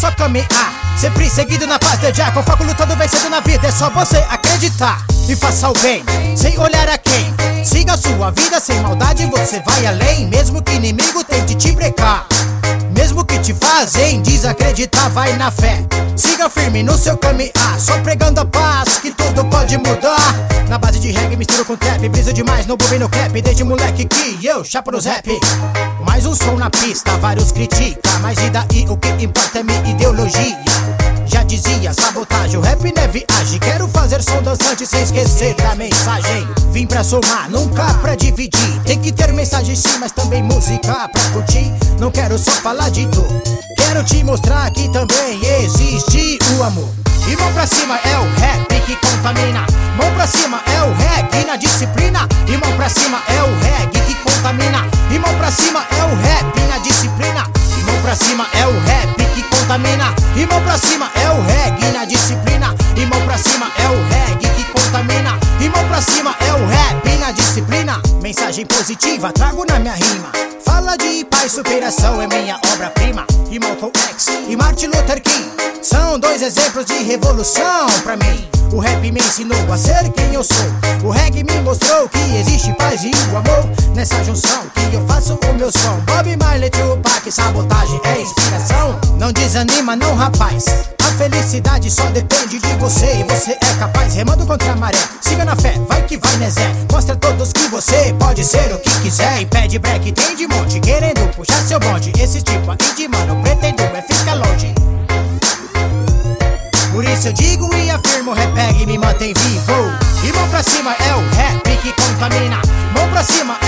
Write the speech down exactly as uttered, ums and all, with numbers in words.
só caminhar, sempre seguido na paz de já, com foco lutando, vencendo na vida. É só você acreditar e faça o bem, sem olhar a quem. Siga a sua vida sem maldade, você vai além. Mesmo que inimigo tente te brecar, mesmo que te fazem desacreditar, vai na fé, siga firme no seu caminhar, só pregando a paz que tudo pode mudar. Na base de reggae misturo com trap, briso demais no boom e no clap, desde moleque que eu chapo nos rap. Mais um som na pista, vários criticam, mas e daí o que importa é minha ideologia. Já dizia sabotagem, o rap não é viagem, quero fazer som dançante sem esquecer da mensagem. Vim pra somar, nunca pra dividir, tem que ter mensagem sim, mas também música pra curtir. Não quero só falar de dor, quero te mostrar que também existe o amor. E mão pra cima é o rap que contamina, mão pra cima é o reggae na disciplina. E mão pra cima é o reggae que contamina, e mão pra cima é o rap na disciplina. E mão pra cima é o rap que contamina, e mão pra cima é o reggae na disciplina. E mão pra cima é o reggae que contamina, e mão pra cima é o rap na disciplina. Mensagem positiva trago na minha rima, fala de paz, superação é minha obra-prima. E Malcolm X e Martin Luther King são dois exemplos de revolução pra mim. O rap me ensinou a ser quem eu sou, o reggae me mostrou que existe paz e o amor. Nessa junção que eu faço o meu som, Bob Marley, Tupac, sabotagem é inspiração. Não desanima não rapaz, a felicidade só depende de você. E você é capaz, remando contra a maré, siga na fé, vai que vai Nezé. Mostra a todos que você pode ser o que quiser. E pede break tem de monte, querendo puxar seu bonde. Esse tipo aí de mano pretendo é ficar longe. Por isso eu digo e afirmo, rap me mantém vivo. E mão pra cima é o rap que contamina, mão pra cima